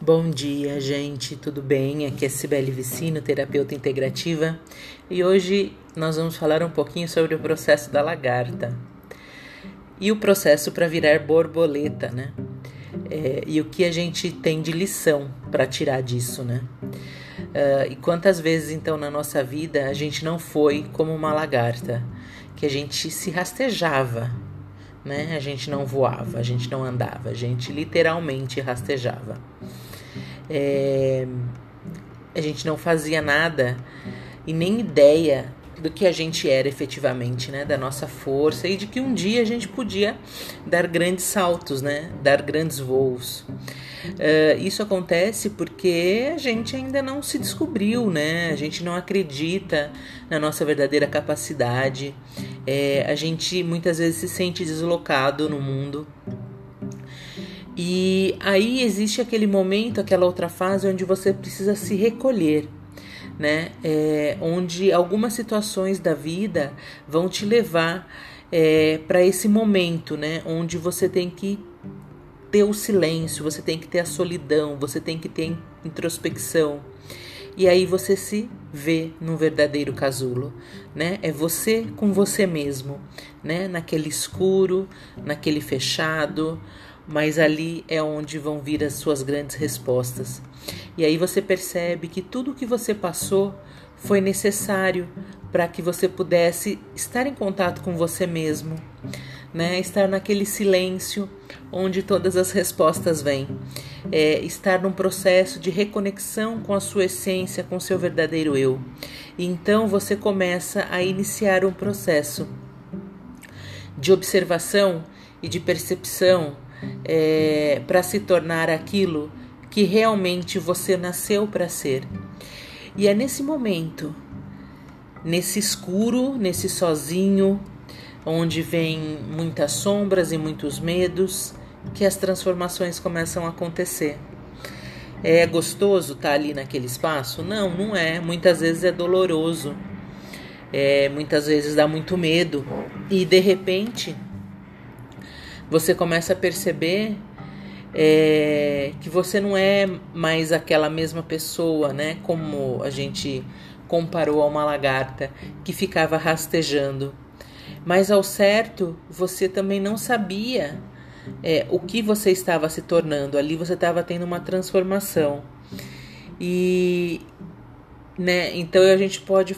Bom dia, gente, tudo bem? Aqui é Cibele Vicino, terapeuta integrativa, e hoje nós vamos falar um pouquinho sobre o processo da lagarta e o processo para virar borboleta, né? E o que a gente tem de lição para tirar disso, né? E quantas vezes então na nossa vida a gente não foi como uma lagarta, que a gente se rastejava, né? A gente não voava, a gente não andava, a gente literalmente rastejava. A gente não fazia nada e nem ideia do que a gente era efetivamente, né? Da nossa força e de que um dia a gente podia dar grandes saltos, né? Dar grandes voos. Isso acontece porque a gente ainda não se descobriu, né? A gente não acredita na nossa verdadeira capacidade. A gente muitas vezes se sente deslocado no mundo. E aí existe aquele momento, aquela outra fase onde você precisa se recolher, né? Onde algumas situações da vida vão te levar para esse momento, né? Onde você tem que ter o silêncio, você tem que ter a solidão, você tem que ter introspecção. E aí você se vê num verdadeiro casulo, né? É você com você mesmo, né? Naquele escuro, naquele fechado, mas ali é onde vão vir as suas grandes respostas. E aí você percebe que tudo o que você passou foi necessário para que você pudesse estar em contato com você mesmo, né? Estar naquele silêncio onde todas as respostas vêm. Estar num processo de reconexão com a sua essência, com o seu verdadeiro eu. E então você começa a iniciar um processo de observação e de percepção para se tornar aquilo que realmente você nasceu para ser. E é nesse momento, nesse escuro, nesse sozinho, onde vem muitas sombras e muitos medos, que as transformações começam a acontecer. É gostoso estar ali naquele espaço? Não, não é. Muitas vezes é doloroso. Muitas vezes dá muito medo. E de repente você começa a perceber que você não é mais aquela mesma pessoa, né? Como a gente comparou a uma lagarta que ficava rastejando. Mas ao certo, você também não sabia o que você estava se tornando. Ali você estava tendo uma transformação. E, né, então a gente pode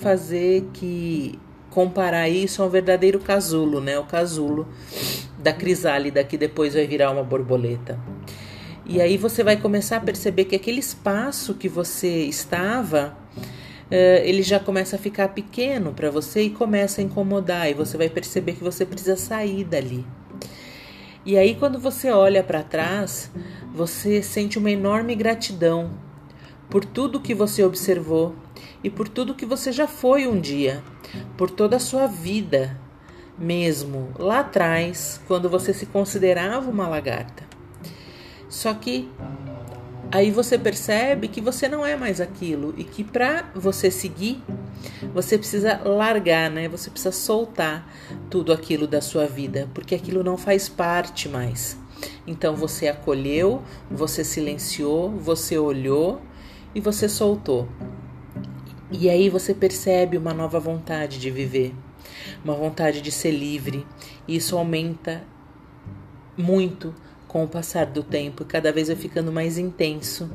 comparar isso a um verdadeiro casulo, né? O casulo da crisálida que depois vai virar uma borboleta. E aí você vai começar a perceber que aquele espaço que você estava, ele já começa a ficar pequeno para você e começa a incomodar. E você vai perceber que você precisa sair dali. E aí quando você olha para trás, você sente uma enorme gratidão por tudo que você observou e por tudo que você já foi um dia, por toda a sua vida mesmo, lá atrás, quando você se considerava uma lagarta. Só que aí você percebe que você não é mais aquilo e que para você seguir, você precisa largar, né? Você precisa soltar tudo aquilo da sua vida, porque aquilo não faz parte mais. Então você acolheu, você silenciou, você olhou e você soltou. E aí você percebe uma nova vontade de viver, uma vontade de ser livre. E isso aumenta muito com o passar do tempo e cada vez vai ficando mais intenso.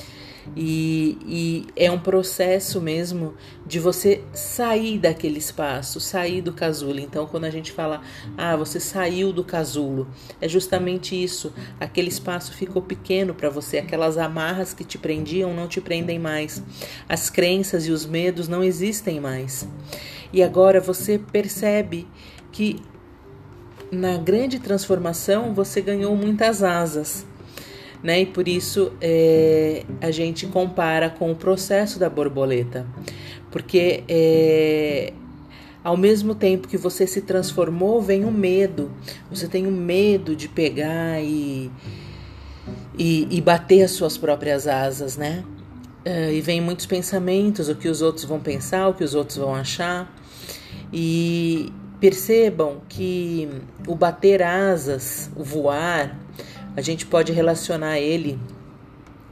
E é um processo mesmo de você sair daquele espaço, sair do casulo. Então quando a gente fala, você saiu do casulo, é justamente isso. Aquele espaço ficou pequeno para você, aquelas amarras que te prendiam não te prendem mais, as crenças e os medos não existem mais. E agora você percebe que na grande transformação você ganhou muitas asas, né? E por isso a gente compara com o processo da borboleta, porque ao mesmo tempo que você se transformou, vem o medo. Você tem o medo de pegar e bater as suas próprias asas, né? E vem muitos pensamentos, o que os outros vão pensar, o que os outros vão achar. E percebam que o bater asas, o voar, a gente pode relacionar ele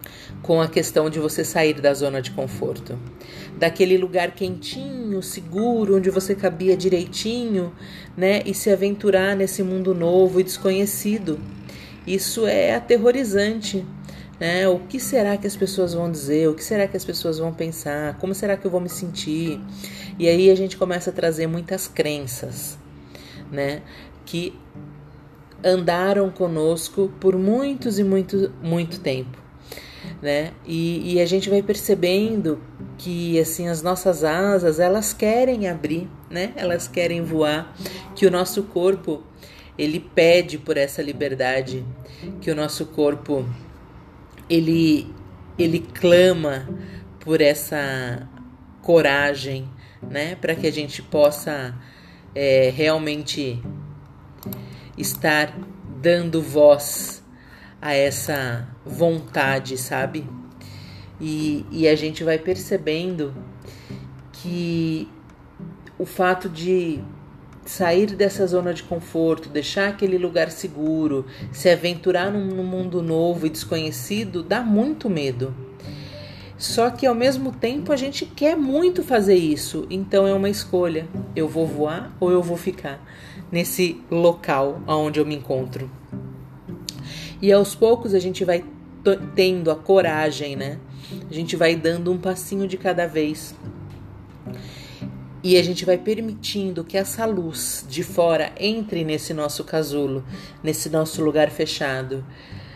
com a questão de você sair da zona de conforto, daquele lugar quentinho, seguro, onde você cabia direitinho, né? E se aventurar nesse mundo novo e desconhecido. Isso é aterrorizante, né? O que será que as pessoas vão dizer? O que será que as pessoas vão pensar? Como será que eu vou me sentir? E aí a gente começa a trazer muitas crenças, né? Que andaram conosco por muito tempo, né? E a gente vai percebendo que assim as nossas asas, elas querem abrir, né? Elas querem voar, que o nosso corpo ele pede por essa liberdade, que o nosso corpo ele clama por essa coragem, né? Para que a gente possa realmente estar dando voz a essa vontade, sabe? E a gente vai percebendo que o fato de sair dessa zona de conforto, deixar aquele lugar seguro, se aventurar num mundo novo e desconhecido, dá muito medo. Só que ao mesmo tempo a gente quer muito fazer isso, então é uma escolha. Eu vou voar ou eu vou ficar nesse local onde eu me encontro? E aos poucos a gente vai tendo a coragem, né? A gente vai dando um passinho de cada vez. E a gente vai permitindo que essa luz de fora entre nesse nosso casulo, nesse nosso lugar fechado.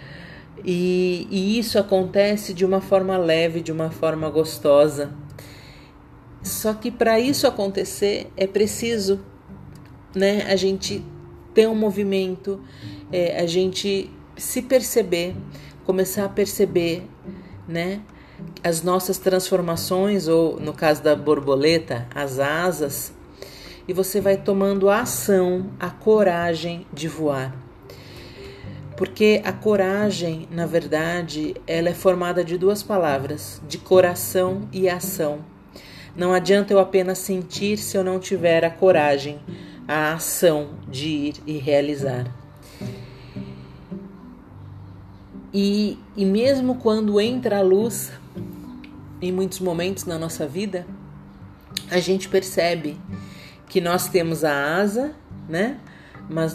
E isso acontece de uma forma leve, de uma forma gostosa. Só que para isso acontecer é preciso, né, a gente ter um movimento, a gente se perceber, começar a perceber, né, as nossas transformações, ou no caso da borboleta, as asas, e você vai tomando a ação, a coragem de voar. Porque a coragem, na verdade, ela é formada de duas palavras, de coração e ação. Não adianta eu apenas sentir se eu não tiver a coragem, a ação de ir e realizar. E mesmo quando entra a luz, em muitos momentos na nossa vida, a gente percebe que nós temos a asa, né? Mas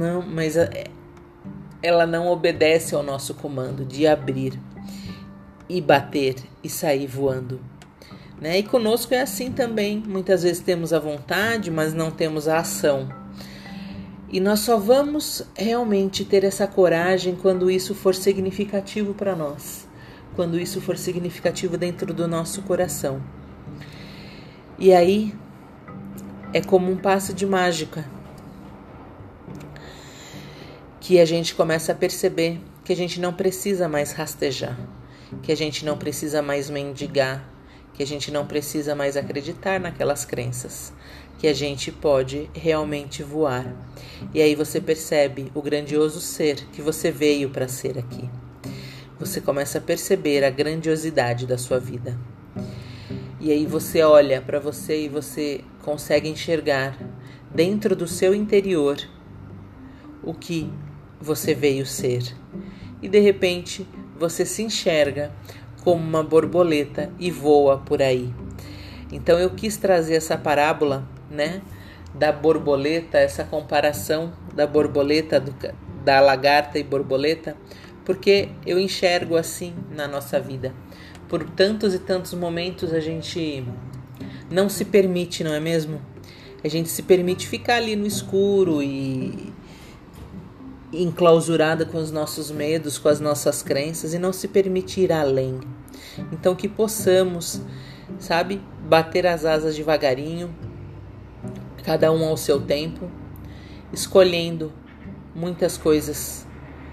ela não obedece ao nosso comando de abrir e bater e sair voando, né? E conosco é assim também. Muitas vezes temos a vontade, mas não temos a ação. E nós só vamos realmente ter essa coragem quando isso for significativo para nós, quando isso for significativo dentro do nosso coração. E aí é como um passe de mágica, que a gente começa a perceber que a gente não precisa mais rastejar, que a gente não precisa mais mendigar, que a gente não precisa mais acreditar naquelas crenças, que a gente pode realmente voar. E aí você percebe o grandioso ser que você veio para ser aqui. Você começa a perceber a grandiosidade da sua vida. E aí você olha para você e você consegue enxergar dentro do seu interior o que você veio ser. E de repente você se enxerga como uma borboleta e voa por aí. Então eu quis trazer essa parábola, né, da borboleta, essa comparação da borboleta, da lagarta e borboleta, porque eu enxergo assim na nossa vida. Por tantos e tantos momentos a gente não se permite, não é mesmo? A gente se permite ficar ali no escuro e enclausurada com os nossos medos, com as nossas crenças, e não se permite ir além. Então que possamos, sabe, bater as asas devagarinho, cada um ao seu tempo, escolhendo muitas coisas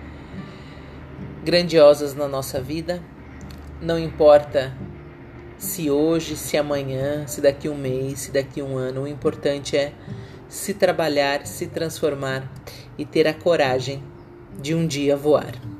grandiosas na nossa vida. Não importa se hoje, se amanhã, se daqui um mês, se daqui um ano. O importante é se trabalhar, se transformar e ter a coragem de um dia voar.